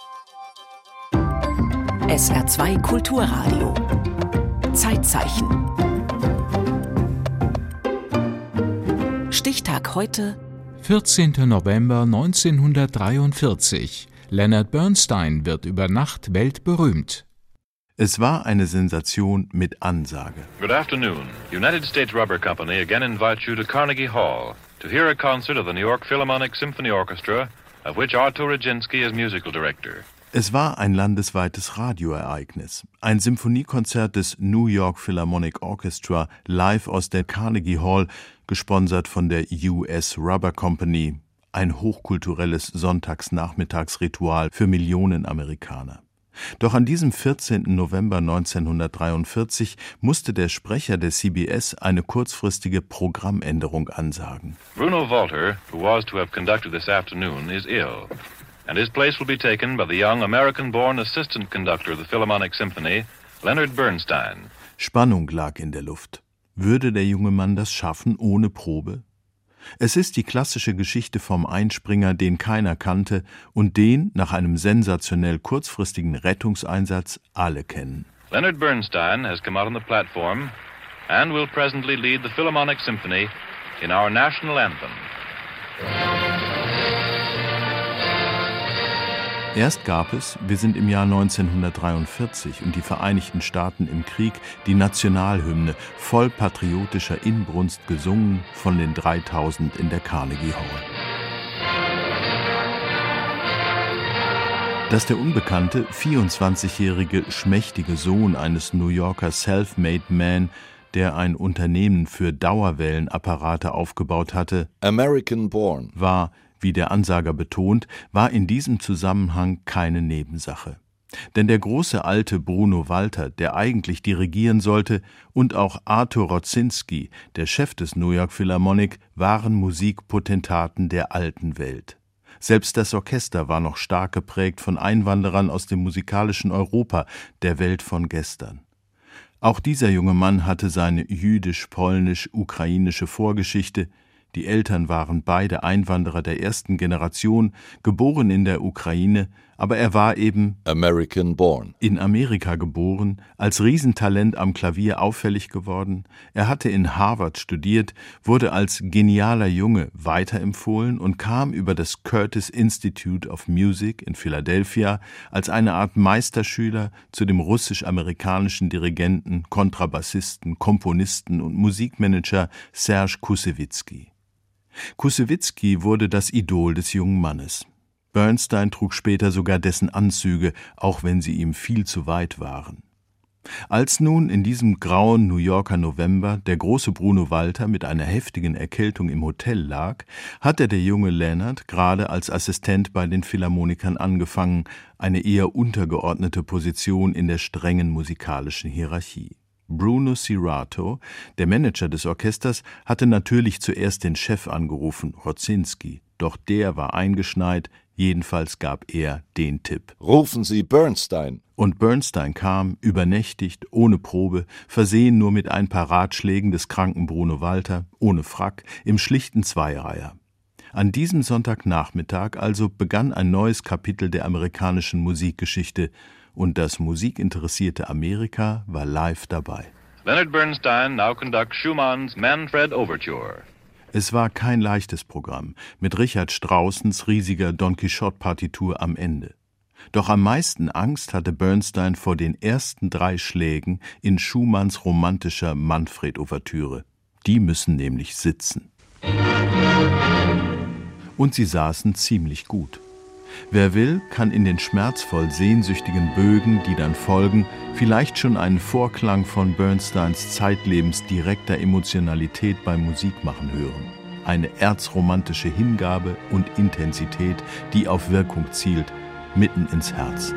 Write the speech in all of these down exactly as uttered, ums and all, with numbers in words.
S R zwei Kulturradio. Zeitzeichen. Stichtag heute: vierzehnten November neunzehnhundertdreiundvierzig. Leonard Bernstein wird über Nacht weltberühmt. Es war eine Sensation mit Ansage. Good afternoon. United States Rubber Company again invites you to Carnegie Hall to hear a concert of the New York Philharmonic Symphony Orchestra, of which Artur Rajinski is musical director. Es war ein landesweites Radioereignis. Ein Symphoniekonzert des New York Philharmonic Orchestra live aus der Carnegie Hall, gesponsert von der U S Rubber Company. Ein hochkulturelles Sonntagsnachmittagsritual für Millionen Amerikaner. Doch an diesem vierzehnten November neunzehnhundertdreiundvierzig musste der Sprecher der C B S eine kurzfristige Programmänderung ansagen. Bruno Walter, who was to have conducted this afternoon, is ill, and his place will be taken by the young American-born assistant conductor of the Philharmonic Symphony, Leonard Bernstein. Spannung lag in der Luft. Würde der junge Mann das schaffen ohne Probe? Es ist die klassische Geschichte vom Einspringer, den keiner kannte und den, nach einem sensationell kurzfristigen Rettungseinsatz, alle kennen. Leonard Bernstein has come out on the platform and will presently lead the Philharmonic Symphony in our national anthem. Erst gab es, wir sind im Jahr neunzehnhundertdreiundvierzig und die Vereinigten Staaten im Krieg, die Nationalhymne, voll patriotischer Inbrunst gesungen von den dreitausend in der Carnegie Hall. Dass der unbekannte, vierundzwanzigjährige, schmächtige Sohn eines New Yorker Self-Made Man, der ein Unternehmen für Dauerwellenapparate aufgebaut hatte, American Born, war, wie der Ansager betont, war in diesem Zusammenhang keine Nebensache. Denn der große alte Bruno Walter, der eigentlich dirigieren sollte, und auch Artur Rajinski, der Chef des New York Philharmonic, waren Musikpotentaten der alten Welt. Selbst das Orchester war noch stark geprägt von Einwanderern aus dem musikalischen Europa, der Welt von gestern. Auch dieser junge Mann hatte seine jüdisch-polnisch-ukrainische Vorgeschichte. Die Eltern waren beide Einwanderer der ersten Generation, geboren in der Ukraine, aber er war eben American Born, in Amerika geboren, als Riesentalent am Klavier auffällig geworden. Er hatte in Harvard studiert, wurde als genialer Junge weiterempfohlen und kam über das Curtis Institute of Music in Philadelphia als eine Art Meisterschüler zu dem russisch-amerikanischen Dirigenten, Kontrabassisten, Komponisten und Musikmanager Serge Koussevitzky. Koussevitzky wurde das Idol des jungen Mannes. Bernstein trug später sogar dessen Anzüge, auch wenn sie ihm viel zu weit waren. Als nun in diesem grauen New Yorker November der große Bruno Walter mit einer heftigen Erkältung im Hotel lag, hatte der junge Leonard gerade als Assistent bei den Philharmonikern angefangen, eine eher untergeordnete Position in der strengen musikalischen Hierarchie. Bruno Cirato, der Manager des Orchesters, hatte natürlich zuerst den Chef angerufen, Rajinski, doch der war eingeschneit, jedenfalls gab er den Tipp. Rufen Sie Bernstein. Und Bernstein kam, übernächtigt, ohne Probe, versehen nur mit ein paar Ratschlägen des kranken Bruno Walter, ohne Frack, im schlichten Zweireiher. An diesem Sonntagnachmittag also begann ein neues Kapitel der amerikanischen Musikgeschichte, und das musikinteressierte Amerika war live dabei. Leonard Bernstein now conducts Schumann's Manfred Overture. Es war kein leichtes Programm, mit Richard Straussens riesiger Don Quixote-Partitur am Ende. Doch am meisten Angst hatte Bernstein vor den ersten drei Schlägen in Schumanns romantischer Manfred-Ouvertüre. Die müssen nämlich sitzen. Und sie saßen ziemlich gut. Wer will, kann in den schmerzvoll sehnsüchtigen Bögen, die dann folgen, vielleicht schon einen Vorklang von Bernsteins zeitlebens direkter Emotionalität beim Musikmachen hören. Eine erzromantische Hingabe und Intensität, die auf Wirkung zielt, mitten ins Herz.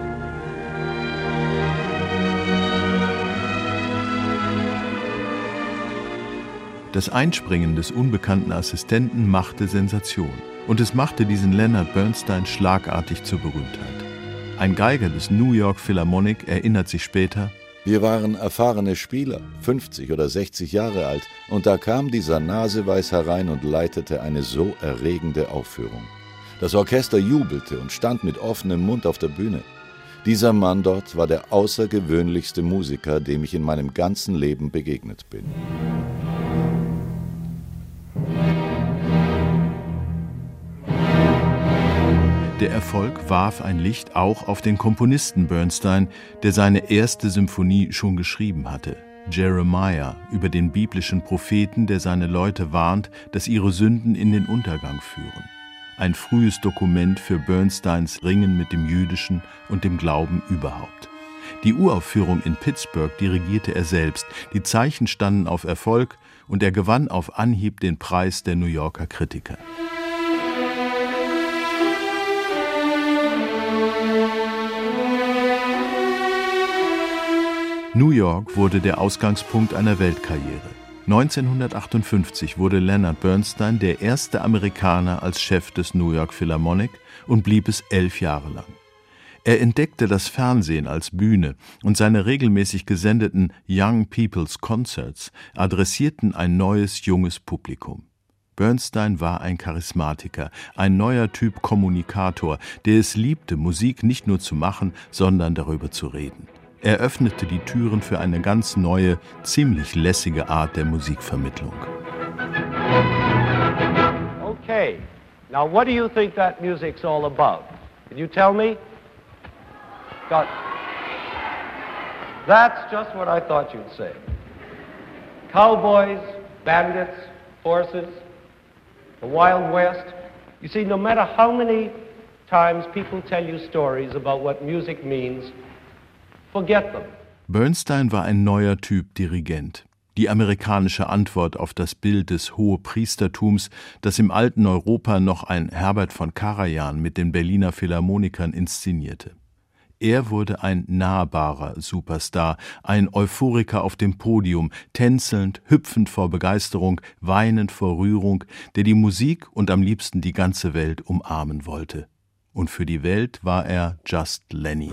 Das Einspringen des unbekannten Assistenten machte Sensation. Und es machte diesen Leonard Bernstein schlagartig zur Berühmtheit. Ein Geiger des New York Philharmonic erinnert sich später: Wir waren erfahrene Spieler, fünfzig oder sechzig Jahre alt, und da kam dieser Naseweiß herein und leitete eine so erregende Aufführung. Das Orchester jubelte und stand mit offenem Mund auf der Bühne. Dieser Mann dort war der außergewöhnlichste Musiker, dem ich in meinem ganzen Leben begegnet bin. Der Erfolg warf ein Licht auch auf den Komponisten Bernstein, der seine erste Symphonie schon geschrieben hatte. Jeremiah, über den biblischen Propheten, der seine Leute warnt, dass ihre Sünden in den Untergang führen. Ein frühes Dokument für Bernsteins Ringen mit dem Jüdischen und dem Glauben überhaupt. Die Uraufführung in Pittsburgh dirigierte er selbst, die Zeichen standen auf Erfolg und er gewann auf Anhieb den Preis der New Yorker Kritiker. New York wurde der Ausgangspunkt einer Weltkarriere. neunzehnhundertachtundfünfzig wurde Leonard Bernstein der erste Amerikaner als Chef des New York Philharmonic und blieb es elf Jahre lang. Er entdeckte das Fernsehen als Bühne und seine regelmäßig gesendeten Young People's Concerts adressierten ein neues, junges Publikum. Bernstein war ein Charismatiker, ein neuer Typ Kommunikator, der es liebte, Musik nicht nur zu machen, sondern darüber zu reden. Er öffnete die Türen für eine ganz neue, ziemlich lässige Art der Musikvermittlung. Okay, now what do you think that music's all about? Can you tell me? God. That's just what I thought you'd say. Cowboys, bandits, horses, the Wild West. You see, no matter how many times people tell you stories about what music means, forget them. Bernstein war ein neuer Typ Dirigent. Die amerikanische Antwort auf das Bild des Hohepriestertums, das im alten Europa noch ein Herbert von Karajan mit den Berliner Philharmonikern inszenierte. Er wurde ein nahbarer Superstar, ein Euphoriker auf dem Podium, tänzelnd, hüpfend vor Begeisterung, weinend vor Rührung, der die Musik und am liebsten die ganze Welt umarmen wollte. Und für die Welt war er Just Lenny.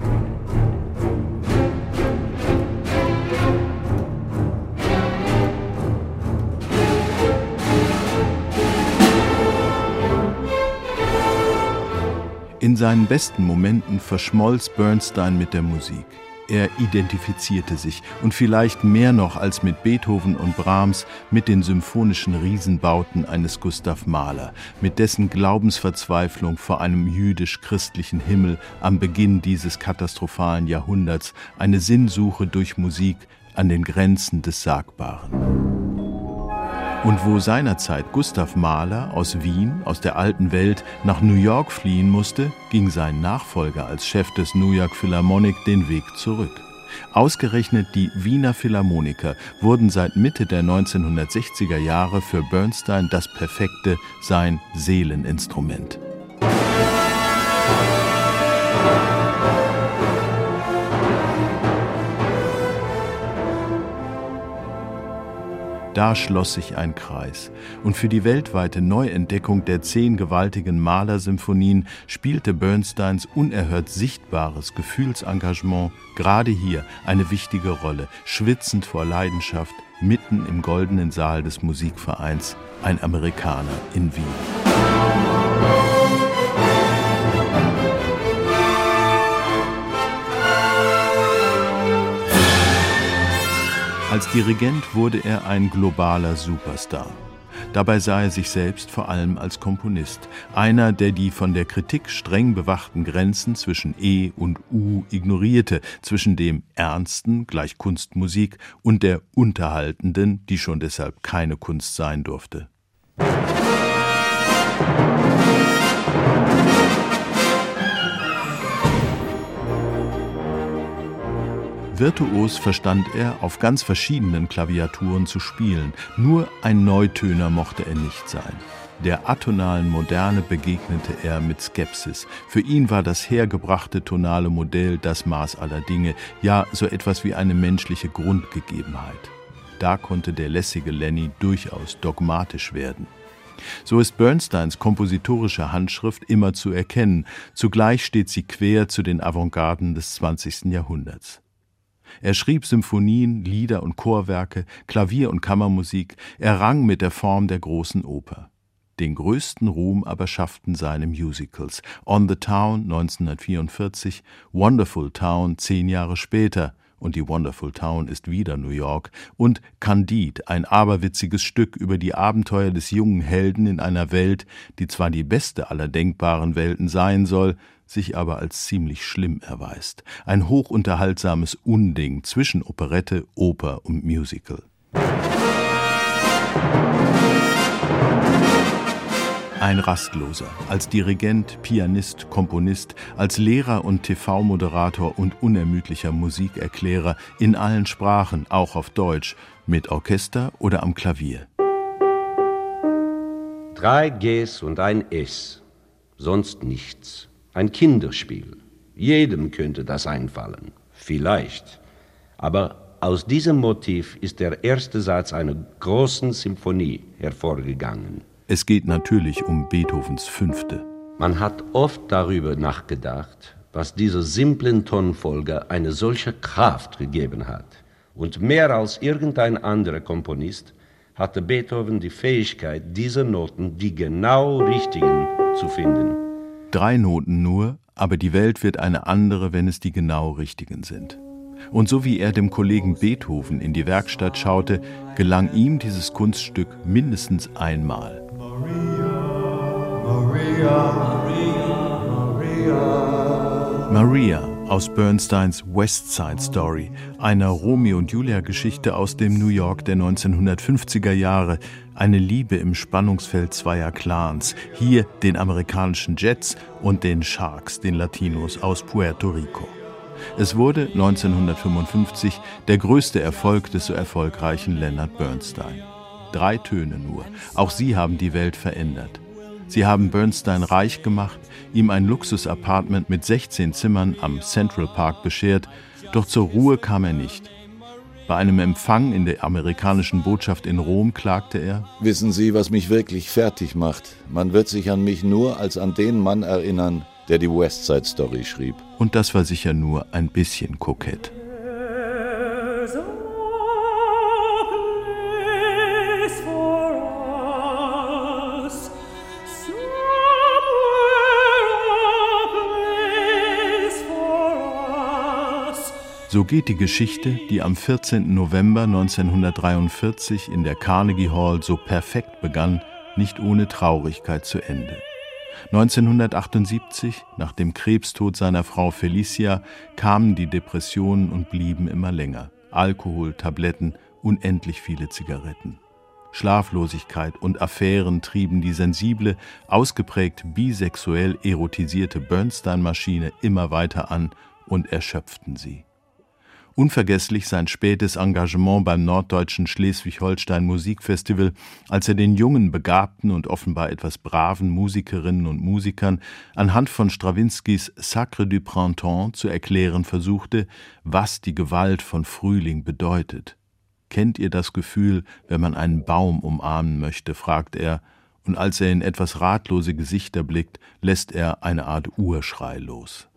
In seinen besten Momenten verschmolz Bernstein mit der Musik. Er identifizierte sich und vielleicht mehr noch als mit Beethoven und Brahms mit den symphonischen Riesenbauten eines Gustav Mahler, mit dessen Glaubensverzweiflung vor einem jüdisch-christlichen Himmel am Beginn dieses katastrophalen Jahrhunderts eine Sinnsuche durch Musik an den Grenzen des Sagbaren. Und wo seinerzeit Gustav Mahler aus Wien, aus der alten Welt, nach New York fliehen musste, ging sein Nachfolger als Chef des New York Philharmonic den Weg zurück. Ausgerechnet die Wiener Philharmoniker wurden seit Mitte der neunzehnhundertsechziger Jahre für Bernstein das perfekte, sein Seeleninstrument. Da schloss sich ein Kreis, und für die weltweite Neuentdeckung der zehn gewaltigen Mahler-Symphonien spielte Bernsteins unerhört sichtbares Gefühlsengagement gerade hier eine wichtige Rolle, schwitzend vor Leidenschaft, mitten im goldenen Saal des Musikvereins, ein Amerikaner in Wien. Als Dirigent wurde er ein globaler Superstar. Dabei sah er sich selbst vor allem als Komponist, einer, der die von der Kritik streng bewachten Grenzen zwischen E und U ignorierte, zwischen dem Ernsten, gleich Kunstmusik, und der Unterhaltenden, die schon deshalb keine Kunst sein durfte. Virtuos verstand er, auf ganz verschiedenen Klaviaturen zu spielen. Nur ein Neutöner mochte er nicht sein. Der atonalen Moderne begegnete er mit Skepsis. Für ihn war das hergebrachte tonale Modell das Maß aller Dinge, ja so etwas wie eine menschliche Grundgegebenheit. Da konnte der lässige Lenny durchaus dogmatisch werden. So ist Bernsteins kompositorische Handschrift immer zu erkennen. Zugleich steht sie quer zu den Avantgarden des zwanzigsten Jahrhunderts. Er schrieb Symphonien, Lieder und Chorwerke, Klavier- und Kammermusik, er rang mit der Form der großen Oper. Den größten Ruhm aber schafften seine Musicals. On the Town neunzehnhundertvierundvierzig, Wonderful Town zehn Jahre später, und die Wonderful Town ist wieder New York, und Candide, ein aberwitziges Stück über die Abenteuer des jungen Helden in einer Welt, die zwar die beste aller denkbaren Welten sein soll, sich aber als ziemlich schlimm erweist. Ein hochunterhaltsames Unding zwischen Operette, Oper und Musical. Ein Rastloser, als Dirigent, Pianist, Komponist, als Lehrer und T V-Moderator und unermüdlicher Musikerklärer in allen Sprachen, auch auf Deutsch, mit Orchester oder am Klavier. Drei Gs und ein S, sonst nichts. Ein Kinderspiel. Jedem könnte das einfallen. Vielleicht. Aber aus diesem Motiv ist der erste Satz einer großen Symphonie hervorgegangen. Es geht natürlich um Beethovens Fünfte. Man hat oft darüber nachgedacht, was dieser simplen Tonfolge eine solche Kraft gegeben hat. Und mehr als irgendein anderer Komponist hatte Beethoven die Fähigkeit, diese Noten, die genau richtigen, zu finden. Drei Noten nur, aber die Welt wird eine andere, wenn es die genau richtigen sind. Und so wie er dem Kollegen Beethoven in die Werkstatt schaute, gelang ihm dieses Kunststück mindestens einmal. Maria, Maria, Maria. Maria aus Bernsteins West Side Story, einer Romeo und Julia Geschichte aus dem New York der neunzehnhundertfünfziger Jahre, eine Liebe im Spannungsfeld zweier Clans, hier den amerikanischen Jets und den Sharks, den Latinos aus Puerto Rico. Es wurde neunzehnhundertfünfundfünfzig der größte Erfolg des so erfolgreichen Leonard Bernstein. Drei Töne nur, auch sie haben die Welt verändert. Sie haben Bernstein reich gemacht, ihm ein Luxus-Apartment mit sechzehn Zimmern am Central Park beschert, doch zur Ruhe kam er nicht. Bei einem Empfang in der amerikanischen Botschaft in Rom klagte er: Wissen Sie, was mich wirklich fertig macht? Man wird sich an mich nur als an den Mann erinnern, der die West Side Story schrieb. Und das war sicher nur ein bisschen kokett. So geht die Geschichte, die am vierzehnten November neunzehnhundertdreiundvierzig in der Carnegie Hall so perfekt begann, nicht ohne Traurigkeit zu Ende. neunzehnhundertachtundsiebzig, nach dem Krebstod seiner Frau Felicia, kamen die Depressionen und blieben immer länger. Alkohol, Tabletten, unendlich viele Zigaretten. Schlaflosigkeit und Affären trieben die sensible, ausgeprägt bisexuell erotisierte Bernstein-Maschine immer weiter an und erschöpften sie. Unvergesslich sein spätes Engagement beim Norddeutschen Schleswig-Holstein Musikfestival, als er den jungen, begabten und offenbar etwas braven Musikerinnen und Musikern anhand von Strawinskys Sacre du Printemps zu erklären versuchte, was die Gewalt von Frühling bedeutet. »Kennt ihr das Gefühl, wenn man einen Baum umarmen möchte?« fragt er, und als er in etwas ratlose Gesichter blickt, lässt er eine Art Urschrei los.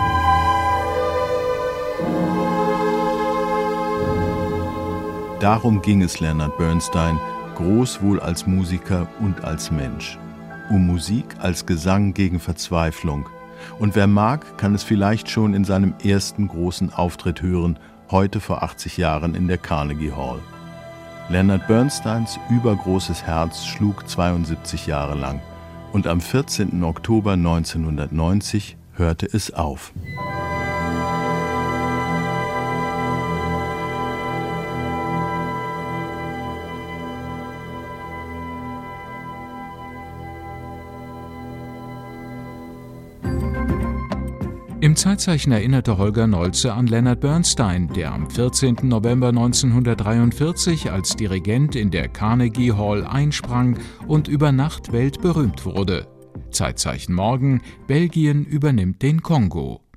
Darum ging es Leonard Bernstein, groß wohl als Musiker und als Mensch. Um Musik als Gesang gegen Verzweiflung. Und wer mag, kann es vielleicht schon in seinem ersten großen Auftritt hören, heute vor achtzig Jahren in der Carnegie Hall. Leonard Bernsteins übergroßes Herz schlug zweiundsiebzig Jahre lang und am vierzehnten Oktober neunzehnhundertneunzig hörte es auf. Im Zeitzeichen erinnerte Holger Nolze an Leonard Bernstein, der am vierzehnten November neunzehnhundertdreiundvierzig als Dirigent in der Carnegie Hall einsprang und über Nacht weltberühmt wurde. Zeitzeichen morgen: Belgien übernimmt den Kongo.